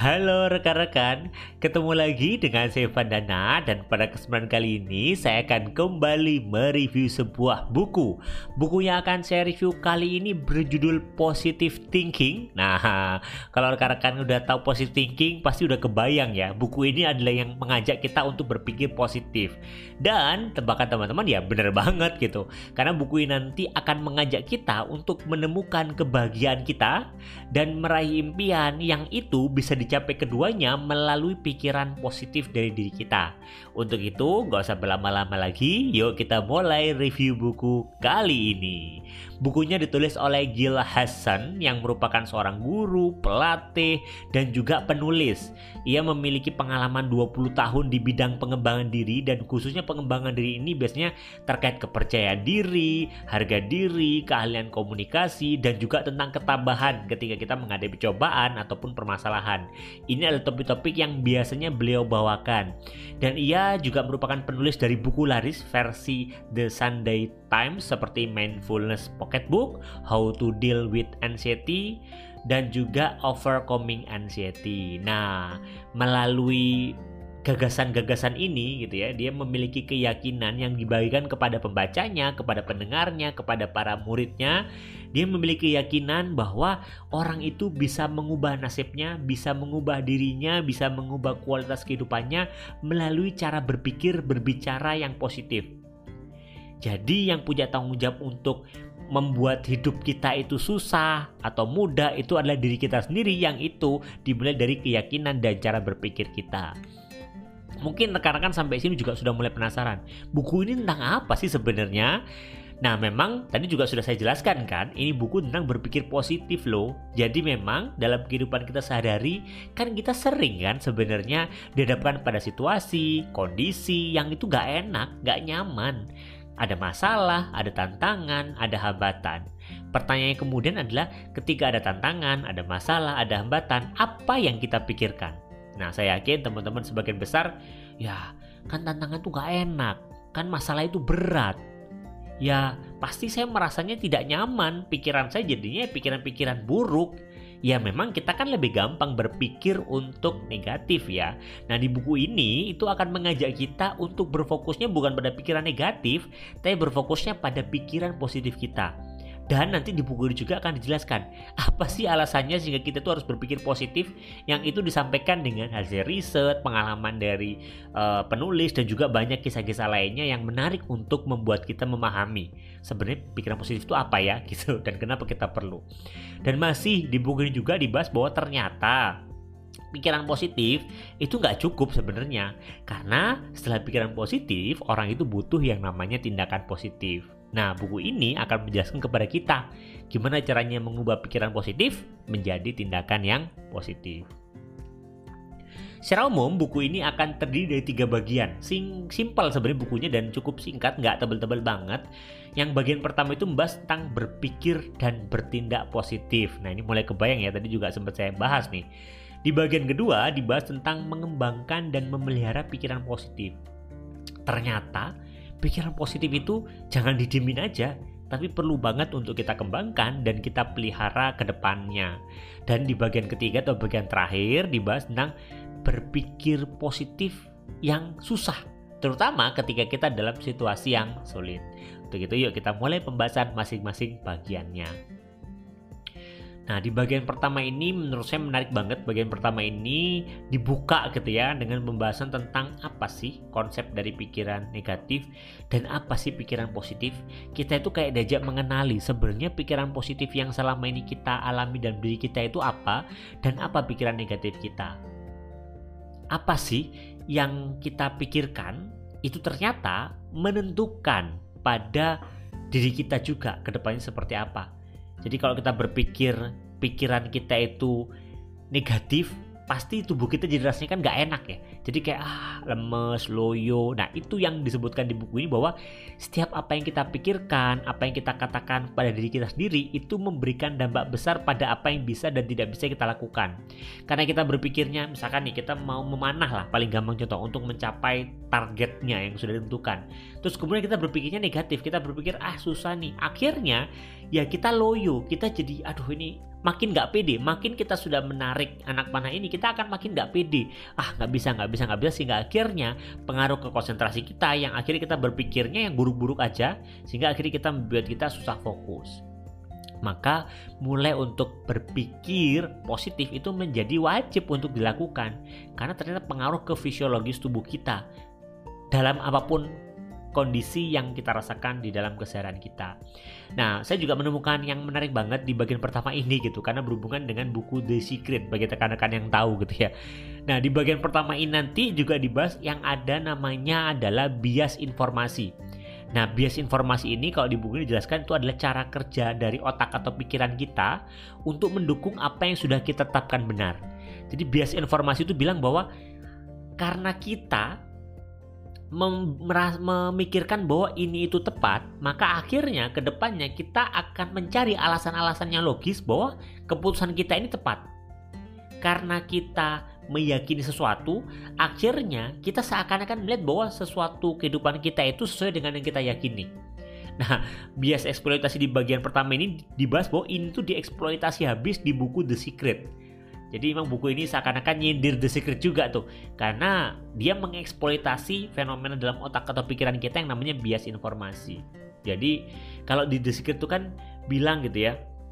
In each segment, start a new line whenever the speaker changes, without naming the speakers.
Halo rekan-rekan, ketemu lagi dengan saya Vandana dan pada kesempatan kali ini saya akan kembali mereview sebuah buku. Buku yang akan saya review kali ini berjudul Positive Thinking. Nah, kalau rekan-rekan udah tahu Positive Thinking pasti udah kebayang ya, buku ini adalah yang mengajak kita untuk berpikir positif. Dan tebakan teman-teman ya bener banget gitu, karena buku ini nanti akan mengajak kita untuk menemukan kebahagiaan kita dan meraih impian yang itu bisa dicapai keduanya melalui pikiran positif dari diri kita. Untuk itu, gak usah berlama-lama lagi, yuk kita mulai review buku kali ini. Bukunya ditulis oleh Gil Hassan yang merupakan seorang guru, pelatih, dan juga penulis. Ia memiliki pengalaman 20 tahun di bidang pengembangan diri, dan khususnya pengembangan diri ini biasanya terkait kepercayaan diri, harga diri, keahlian komunikasi, dan juga tentang ketabahan ketika kita menghadapi cobaan ataupun permasalahan. Ini adalah topik-topik yang biasanya beliau bawakan. Dan ia juga merupakan penulis dari buku laris versi The Sunday Times seperti Mindfulness Pocketbook, How to Deal with Anxiety, dan juga Overcoming Anxiety. Nah, melalui gagasan-gagasan ini gitu ya, dia memiliki keyakinan yang dibagikan kepada pembacanya, kepada pendengarnya, kepada para muridnya. Dia memiliki keyakinan bahwa orang itu bisa mengubah nasibnya, bisa mengubah dirinya, bisa mengubah kualitas kehidupannya melalui cara berpikir, berbicara yang positif. Jadi yang punya tanggung jawab untuk membuat hidup kita itu susah atau mudah itu adalah diri kita sendiri, yang itu dimulai dari keyakinan dan cara berpikir kita. Mungkin rekan-rekan sampai sini juga sudah mulai penasaran, buku ini tentang apa sih sebenarnya? Nah, memang tadi juga sudah saya jelaskan kan, ini buku tentang berpikir positif loh. Jadi memang dalam kehidupan kita sehari-hari kan kita sering kan sebenarnya dihadapkan pada situasi, kondisi yang itu gak enak, gak nyaman. Ada masalah, ada tantangan, ada hambatan. Pertanyaannya kemudian adalah ketika ada tantangan, ada masalah, ada hambatan, apa yang kita pikirkan? Nah, saya yakin teman-teman sebagian besar, ya kan tantangan tuh gak enak, kan masalah itu berat. Ya pasti saya merasanya tidak nyaman, pikiran saya jadinya pikiran-pikiran buruk. Ya memang kita kan lebih gampang berpikir untuk negatif ya. Nah di buku ini itu akan mengajak kita untuk berfokusnya bukan pada pikiran negatif, tapi berfokusnya pada pikiran positif kita. Dan nanti di buku ini juga akan dijelaskan apa sih alasannya sehingga kita tuh harus berpikir positif, yang itu disampaikan dengan hasil riset, pengalaman dari penulis, dan juga banyak kisah-kisah lainnya yang menarik untuk membuat kita memahami sebenarnya pikiran positif itu apa ya gitu, dan kenapa kita perlu. Dan masih di buku ini juga dibahas bahwa ternyata pikiran positif itu nggak cukup sebenarnya, karena setelah pikiran positif orang itu butuh yang namanya tindakan positif. Nah, buku ini akan menjelaskan kepada kita gimana caranya mengubah pikiran positif menjadi tindakan yang positif. Secara umum, buku ini akan terdiri dari 3 bagian. Simpel sebenarnya bukunya dan cukup singkat, nggak tebel-tebel banget. Yang bagian pertama itu membahas tentang berpikir dan bertindak positif. Nah, ini mulai kebayang ya, tadi juga sempat saya bahas nih. Di bagian kedua dibahas tentang mengembangkan dan memelihara pikiran positif. Ternyata pikiran positif itu jangan didiemin aja, tapi perlu banget untuk kita kembangkan dan kita pelihara ke depannya. Dan di bagian ketiga atau bagian terakhir dibahas tentang berpikir positif yang susah, terutama ketika kita dalam situasi yang sulit. Untuk itu yuk kita mulai pembahasan masing-masing bagiannya. Nah, di bagian pertama ini menurut saya menarik banget. Bagian pertama ini dibuka gitu ya dengan pembahasan tentang apa sih konsep dari pikiran negatif dan apa sih pikiran positif. Kita itu kayak diajak mengenali sebenarnya pikiran positif yang selama ini kita alami dan diri kita itu apa, dan apa pikiran negatif kita. Apa sih yang kita pikirkan itu ternyata menentukan pada diri kita juga ke depannya seperti apa. Jadi kalau kita berpikir pikiran kita itu negatif, pasti tubuh kita jadi rasanya kan gak enak ya. Jadi kayak lemes, loyo. Nah itu yang disebutkan di buku ini, bahwa setiap apa yang kita pikirkan, apa yang kita katakan pada diri kita sendiri, itu memberikan dampak besar pada apa yang bisa dan tidak bisa kita lakukan. Karena kita berpikirnya, misalkan nih kita mau memanah lah, paling gampang contoh, untuk mencapai targetnya yang sudah ditentukan. Terus kemudian kita berpikirnya negatif, kita berpikir susah nih. Akhirnya ya kita loyo, kita jadi aduh ini makin nggak pede, makin kita sudah menarik anak panah ini kita akan makin nggak pede, nggak bisa sehingga akhirnya pengaruh ke konsentrasi kita yang akhirnya kita berpikirnya yang buruk-buruk aja sehingga akhirnya kita membuat kita susah fokus. Maka mulai untuk berpikir positif itu menjadi wajib untuk dilakukan karena ternyata pengaruh ke fisiologis tubuh kita dalam apapun kondisi yang kita rasakan di dalam keseharian kita. Nah, saya juga menemukan yang menarik banget di bagian pertama ini gitu, karena berhubungan dengan buku The Secret bagi rekan-rekan yang tahu gitu ya. Nah, di bagian pertama ini nanti juga dibahas yang ada namanya adalah bias informasi. Nah, bias informasi ini kalau di buku ini dijelaskan itu adalah cara kerja dari otak atau pikiran kita untuk mendukung apa yang sudah kita tetapkan benar. Jadi bias informasi itu bilang bahwa karena kita memikirkan bahwa ini itu tepat, maka akhirnya ke depannya kita akan mencari alasan-alasan yang logis bahwa keputusan kita ini tepat. Karena kita meyakini sesuatu, akhirnya kita seakan-akan melihat bahwa sesuatu kehidupan kita itu sesuai dengan yang kita yakini. Nah, bias eksploitasi di bagian pertama ini dibahas bahwa ini tuh dieksploitasi habis di buku The Secret. Jadi memang buku ini seakan-akan nyindir The Secret juga tuh, karena dia mengeksploitasi fenomena dalam otak atau pikiran kita yang namanya bias informasi. Jadi kalau di The Secret tuh kan bilang gitu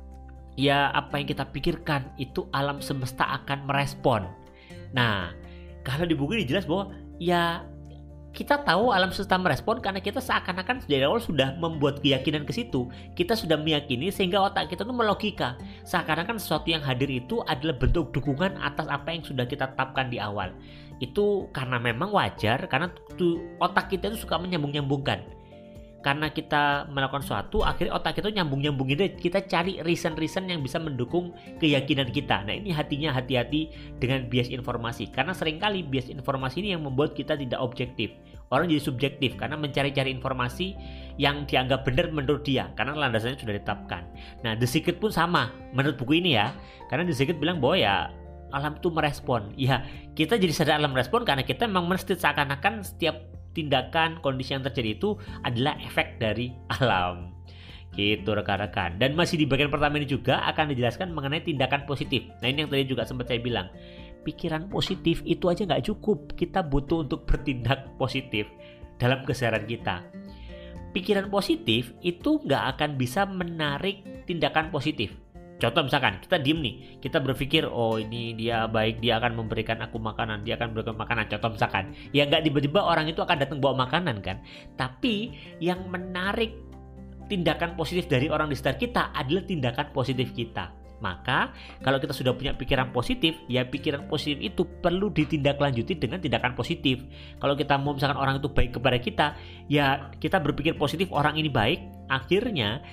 ya apa yang kita pikirkan itu alam semesta akan merespon. Nah, kalau di buku ini jelas bahwa ya kita tahu alam semesta merespon karena kita seakan-akan dari awal sudah membuat keyakinan ke situ. Kita sudah meyakini sehingga otak kita itu melogika. Seakan-akan sesuatu yang hadir itu adalah bentuk dukungan atas apa yang sudah kita tetapkan di awal. Itu karena memang wajar, karena otak kita itu suka menyambung-nyambungkan. Karena kita melakukan sesuatu, akhirnya otak kita nyambung-nyambungin, kita cari reason-reason yang bisa mendukung keyakinan kita. Nah, ini hati-hati dengan bias informasi, karena seringkali bias informasi ini yang membuat kita tidak objektif. Orang jadi subjektif karena mencari-cari informasi yang dianggap benar menurut dia, karena landasannya sudah ditetapkan. Nah, The Secret pun sama menurut buku ini ya, karena The Secret bilang bahwa ya alam itu merespon. Ya, kita jadi sadar alam merespon karena kita memang mesti seakan-akan setiap tindakan, kondisi yang terjadi itu adalah efek dari alam. Gitu rekan-rekan. Dan masih di bagian pertama ini juga akan dijelaskan mengenai tindakan positif. Nah, ini yang tadi juga sempat saya bilang. Pikiran positif itu aja nggak cukup. Kita butuh untuk bertindak positif dalam keseharian kita. Pikiran positif itu nggak akan bisa menarik tindakan positif. Contoh misalkan kita diem nih, kita berpikir oh ini dia baik, dia akan memberikan aku makanan, dia akan memberikan makanan. Contoh misalkan, ya nggak tiba-tiba orang itu akan datang bawa makanan kan. Tapi yang menarik tindakan positif dari orang di sekitar kita adalah tindakan positif kita. Maka kalau kita sudah punya pikiran positif, ya pikiran positif itu perlu ditindaklanjuti dengan tindakan positif. Kalau kita mau misalkan orang itu baik kepada kita, ya kita berpikir positif orang ini baik, akhirnya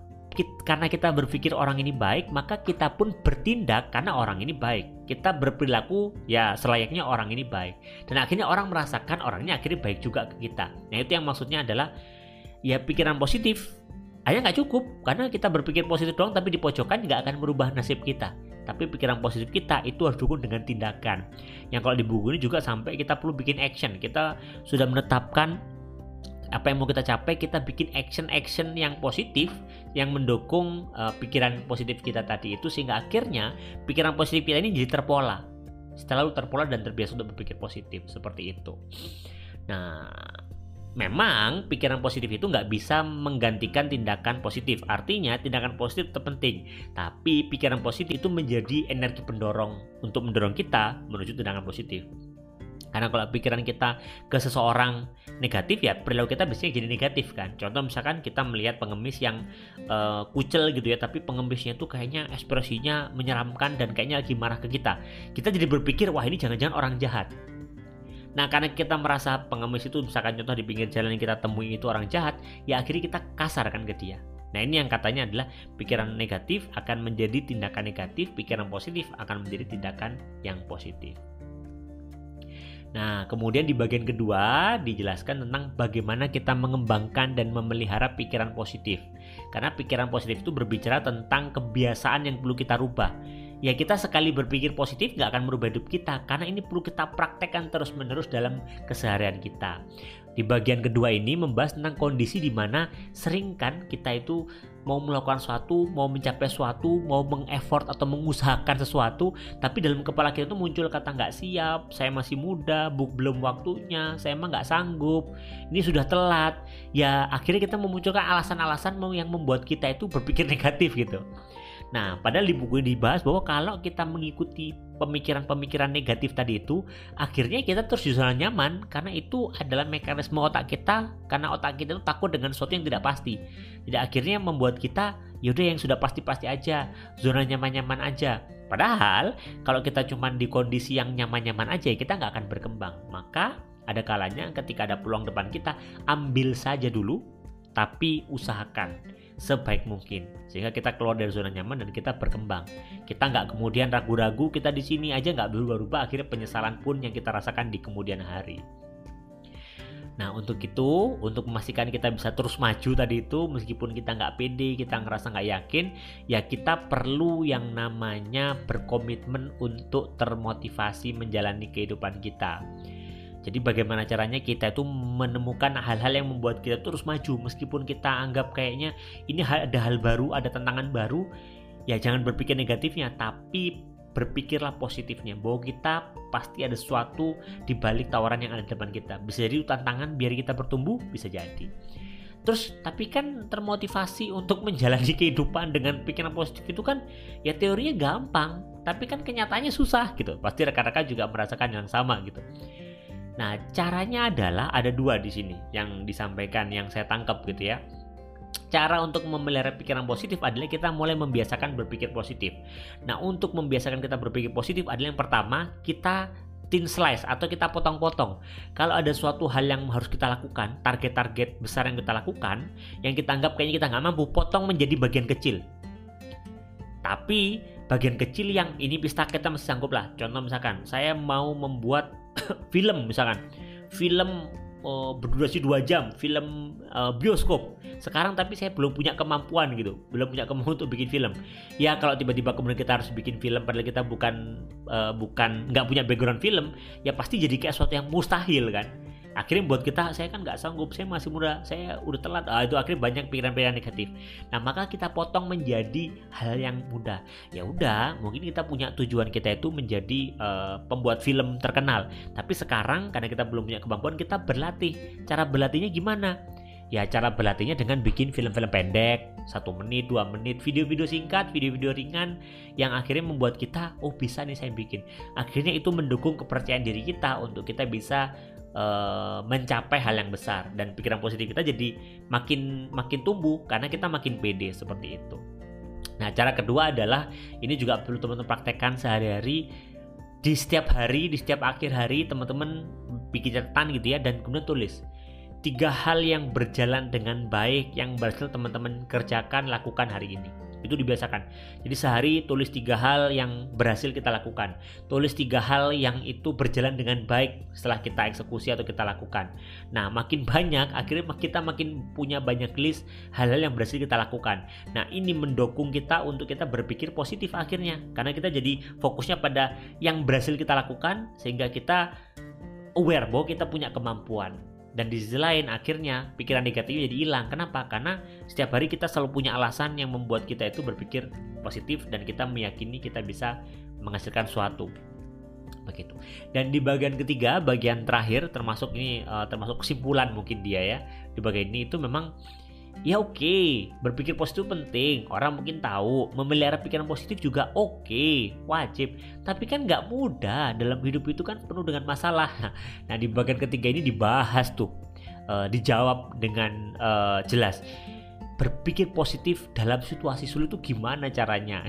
karena kita berpikir orang ini baik, maka kita pun bertindak karena orang ini baik. Kita berperilaku ya selayaknya orang ini baik. Dan akhirnya orang merasakan orang ini akhirnya baik juga ke kita. Nah, itu yang maksudnya adalah ya pikiran positif aja nggak cukup, karena kita berpikir positif doang tapi di pojokan nggak akan merubah nasib kita. Tapi pikiran positif kita itu harus dukung dengan tindakan. Yang kalau di buku ini juga sampai kita perlu bikin action. Kita sudah menetapkan apa yang mau kita capai, kita bikin action yang positif yang mendukung pikiran positif kita tadi itu, sehingga akhirnya pikiran positif kita ini jadi terpola, selalu terpola dan terbiasa untuk berpikir positif seperti itu. Nah, memang pikiran positif itu nggak bisa menggantikan tindakan positif. Artinya tindakan positif tetap penting, tapi pikiran positif itu menjadi energi pendorong untuk mendorong kita menuju tindakan positif. Karena kalau pikiran kita ke seseorang negatif, ya perilaku kita biasanya jadi negatif kan. Contoh misalkan kita melihat pengemis yang kucel gitu ya, tapi pengemisnya tuh kayaknya ekspresinya menyeramkan dan kayaknya lagi marah ke kita. Kita jadi berpikir, wah ini jangan-jangan orang jahat. Nah, karena kita merasa pengemis itu misalkan contoh di pinggir jalan yang kita temui itu orang jahat, ya akhirnya kita kasar kan ke dia. Nah, ini yang katanya adalah pikiran negatif akan menjadi tindakan negatif, pikiran positif akan menjadi tindakan yang positif. Nah, kemudian di bagian kedua dijelaskan tentang bagaimana kita mengembangkan dan memelihara pikiran positif. Karena pikiran positif itu berbicara tentang kebiasaan yang perlu kita rubah. Ya, kita sekali berpikir positif nggak akan merubah hidup kita, karena ini perlu kita praktekkan terus-menerus dalam keseharian kita. Di bagian kedua ini membahas tentang kondisi di mana sering kan kita itu mau melakukan sesuatu, mau mencapai sesuatu, mau meng-effort atau mengusahakan sesuatu, tapi dalam kepala kita tuh muncul kata nggak siap, saya masih muda, belum waktunya, saya emang nggak sanggup, ini sudah telat. Ya akhirnya kita memunculkan alasan-alasan yang membuat kita itu berpikir negatif gitu. Nah, padahal di buku ini dibahas bahwa kalau kita mengikuti pemikiran-pemikiran negatif tadi itu, akhirnya kita terus di zona nyaman, karena itu adalah mekanisme otak kita, karena otak kita itu takut dengan sesuatu yang tidak pasti. Jadi akhirnya membuat kita, yaudah yang sudah pasti-pasti aja, zona nyaman-nyaman aja. Padahal kalau kita cuma di kondisi yang nyaman-nyaman aja, kita nggak akan berkembang. Maka ada kalanya ketika ada peluang depan kita, ambil saja dulu, tapi usahakan sebaik mungkin sehingga kita keluar dari zona nyaman dan kita berkembang. Kita nggak kemudian ragu-ragu, kita di sini aja nggak berubah-ubah, akhirnya penyesalan pun yang kita rasakan di kemudian hari. Nah, untuk itu, untuk memastikan kita bisa terus maju tadi itu, meskipun kita nggak pede, kita ngerasa nggak yakin, ya kita perlu yang namanya berkomitmen untuk termotivasi menjalani kehidupan kita. Jadi bagaimana caranya kita itu menemukan hal-hal yang membuat kita terus maju, meskipun kita anggap kayaknya ini ada hal baru, ada tantangan baru, ya jangan berpikir negatifnya, tapi berpikirlah positifnya, bahwa kita pasti ada sesuatu di balik tawaran yang ada di depan kita. Bisa jadi tantangan biar kita bertumbuh, bisa jadi. Terus tapi kan termotivasi untuk menjalani kehidupan dengan pikiran positif itu kan ya teorinya gampang, tapi kan kenyataannya susah gitu. Pasti rekan-rekan juga merasakan yang sama gitu. Nah, caranya adalah ada dua di sini yang disampaikan, yang saya tangkap gitu ya. Cara untuk memelihara pikiran positif adalah kita mulai membiasakan berpikir positif. Nah, untuk membiasakan kita berpikir positif adalah yang pertama, kita thin slice atau kita potong-potong. Kalau ada suatu hal yang harus kita lakukan, target-target besar yang kita lakukan, yang kita anggap kayaknya kita nggak mampu, potong menjadi bagian kecil. Tapi bagian kecil yang ini pista kita masih sanggup lah. Contoh misalkan, saya mau membuat film misalkan, film berdurasi 2 jam, film bioskop sekarang, tapi saya belum punya kemampuan gitu, belum punya kemampuan untuk bikin film. Ya kalau tiba-tiba kemudian kita harus bikin film padahal kita bukan nggak punya background film, ya pasti jadi kayak sesuatu yang mustahil kan. Akhirnya buat kita, saya kan nggak sanggup, saya masih muda, saya udah telat. Itu akhirnya banyak pikiran-pikiran negatif. Nah, maka kita potong menjadi hal yang mudah. Ya udah, mungkin kita punya tujuan kita itu menjadi pembuat film terkenal. Tapi sekarang karena kita belum punya kemampuan, kita berlatih. Cara berlatihnya gimana? Ya cara berlatihnya dengan bikin film-film pendek, 1 menit, 2 menit, video-video singkat, video-video ringan, yang akhirnya membuat kita, oh bisa nih saya bikin. Akhirnya itu mendukung kepercayaan diri kita untuk kita bisa mencapai hal yang besar, dan pikiran positif kita jadi makin tumbuh karena kita makin pede seperti itu. Nah, cara kedua adalah ini juga perlu teman-teman praktekkan sehari-hari. Di setiap hari, di setiap akhir hari teman-teman bikin catatan gitu ya, dan kemudian tulis 3 hal yang berjalan dengan baik yang berhasil teman-teman kerjakan, lakukan hari ini. Itu dibiasakan. Jadi sehari tulis 3 hal yang berhasil kita lakukan. Tulis 3 hal yang itu berjalan dengan baik setelah kita eksekusi atau kita lakukan. Nah, makin banyak, akhirnya kita makin punya banyak list hal-hal yang berhasil kita lakukan. Nah, ini mendukung kita untuk kita berpikir positif akhirnya. Karena kita jadi fokusnya pada yang berhasil kita lakukan, sehingga kita aware bahwa kita punya kemampuan. Dan di sisi lain akhirnya pikiran negatifnya jadi hilang. Kenapa? Karena setiap hari kita selalu punya alasan yang membuat kita itu berpikir positif, dan kita meyakini kita bisa menghasilkan sesuatu. Begitu. Dan di bagian ketiga, bagian terakhir, termasuk kesimpulan mungkin dia ya. Di bagian ini itu memang ya oke, berpikir positif penting. Orang mungkin tahu, memelihara pikiran positif juga oke, wajib. Tapi kan nggak mudah, dalam hidup itu kan penuh dengan masalah. Nah, di bagian ketiga ini dibahas tuh, dijawab dengan jelas. Berpikir positif dalam situasi sulit itu gimana caranya?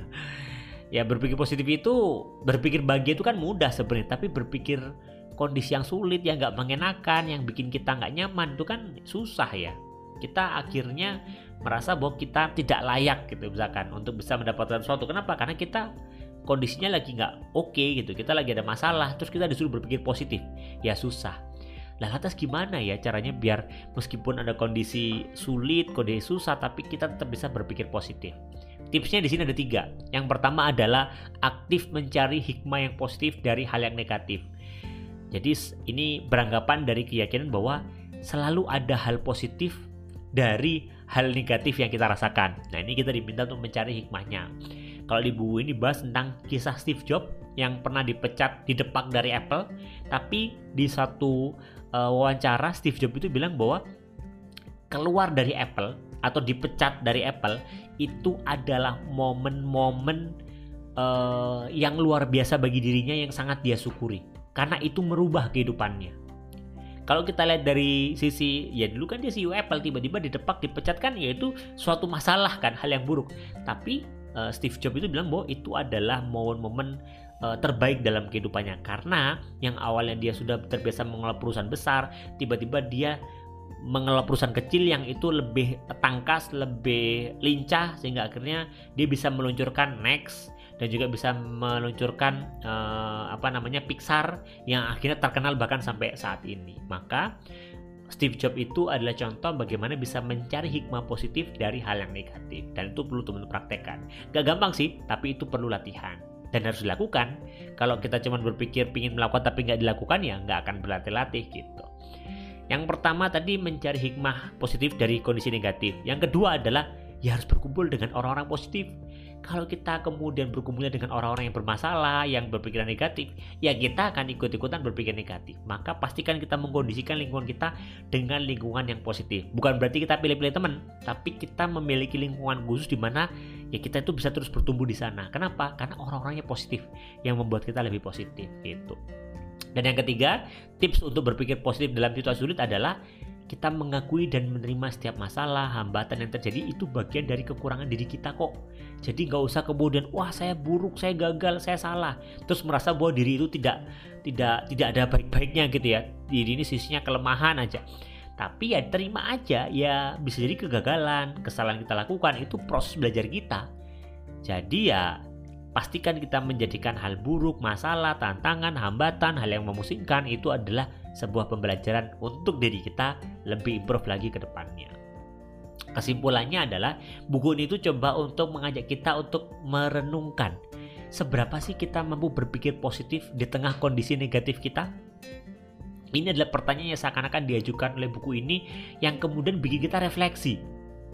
Ya berpikir positif itu, berpikir bahagia itu kan mudah sebenarnya. Tapi berpikir kondisi yang sulit, yang nggak mengenakan, yang bikin kita nggak nyaman, itu kan susah ya. Kita akhirnya merasa bahwa kita tidak layak gitu misalkan untuk bisa mendapatkan sesuatu. Kenapa? Karena kita kondisinya lagi nggak oke gitu, kita lagi ada masalah, terus kita disuruh berpikir positif, ya susah. Lah lantas gimana ya caranya biar meskipun ada kondisi sulit, kondisi susah, tapi kita tetap bisa berpikir positif? Tipsnya di sini ada 3. Yang pertama adalah aktif mencari hikmah yang positif dari hal yang negatif. Jadi ini beranggapan dari keyakinan bahwa selalu ada hal positif dari hal negatif yang kita rasakan. Nah, ini kita diminta untuk mencari hikmahnya. Kalau di buku ini bahas tentang kisah Steve Jobs yang pernah dipecat, didepak dari Apple, tapi di satu wawancara Steve Jobs itu bilang bahwa keluar dari Apple atau dipecat dari Apple itu adalah momen-momen yang luar biasa bagi dirinya yang sangat dia syukuri, karena itu merubah kehidupannya. Kalau kita lihat dari sisi, ya dulu kan dia CEO Apple, tiba-tiba didepak, dipecat kan, ya itu suatu masalah kan, hal yang buruk. Tapi Steve Jobs itu bilang bahwa itu adalah momen-momen terbaik dalam kehidupannya, karena yang awalnya dia sudah terbiasa mengelola perusahaan besar, tiba-tiba dia mengelola perusahaan kecil yang itu lebih tangkas, lebih lincah, sehingga akhirnya dia bisa meluncurkan Next dan juga bisa meluncurkan Pixar yang akhirnya terkenal bahkan sampai saat ini. Maka Steve Jobs itu adalah contoh bagaimana bisa mencari hikmah positif dari hal yang negatif, dan itu perlu teman-teman praktekkan. Gak gampang sih, tapi itu perlu latihan dan harus dilakukan. Kalau kita cuma berpikir ingin melakukan tapi nggak dilakukan, ya nggak akan berlatih-latih gitu. Yang pertama tadi mencari hikmah positif dari kondisi negatif. Yang kedua adalah ya harus berkumpul dengan orang-orang positif. Kalau kita kemudian berkumpulnya dengan orang-orang yang bermasalah, yang berpikiran negatif, ya kita akan ikut-ikutan berpikir negatif. Maka pastikan kita mengkondisikan lingkungan kita dengan lingkungan yang positif. Bukan berarti kita pilih-pilih teman, tapi kita memiliki lingkungan khusus di mana ya kita itu bisa terus bertumbuh di sana. Kenapa? Karena orang-orangnya positif, yang membuat kita lebih positif gitu. Dan yang ketiga, tips untuk berpikir positif dalam situasi sulit adalah kita mengakui dan menerima setiap masalah, hambatan yang terjadi itu bagian dari kekurangan diri kita kok. Jadi nggak usah kemudian, wah saya buruk, saya gagal, saya salah, terus merasa bahwa diri itu tidak ada baik-baiknya gitu ya. Diri ini sisinya kelemahan aja. Tapi ya terima aja, ya bisa jadi kegagalan, kesalahan kita lakukan itu proses belajar kita. Jadi ya pastikan kita menjadikan hal buruk, masalah, tantangan, hambatan, hal yang memusingkan itu adalah sebuah pembelajaran untuk diri kita lebih improve lagi ke depannya. Kesimpulannya adalah buku ini tuh coba untuk mengajak kita untuk merenungkan seberapa sih kita mampu berpikir positif di tengah kondisi negatif kita. Ini adalah pertanyaan yang seakan-akan diajukan oleh buku ini yang kemudian bikin kita refleksi.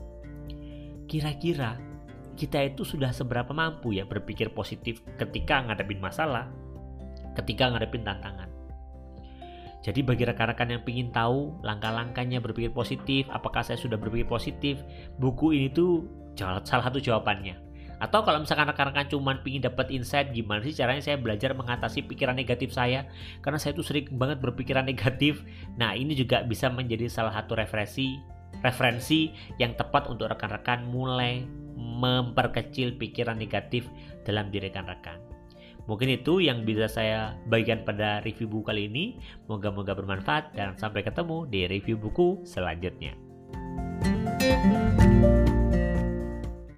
Kira-kira kita itu sudah seberapa mampu ya berpikir positif ketika ngadepin masalah, ketika ngadepin tantangan. Jadi bagi rekan-rekan yang ingin tahu langkah-langkahnya berpikir positif, apakah saya sudah berpikir positif, buku ini tuh salah satu jawabannya. Atau kalau misalkan rekan-rekan cuma ingin dapat insight gimana sih caranya saya belajar mengatasi pikiran negatif saya, karena saya tuh sering banget berpikiran negatif. Nah, ini juga bisa menjadi salah satu referensi yang tepat untuk rekan-rekan mulai memperkecil pikiran negatif dalam diri rekan-rekan. Mungkin itu yang bisa saya bagikan pada review buku kali ini. Moga-moga bermanfaat dan sampai ketemu di review buku selanjutnya.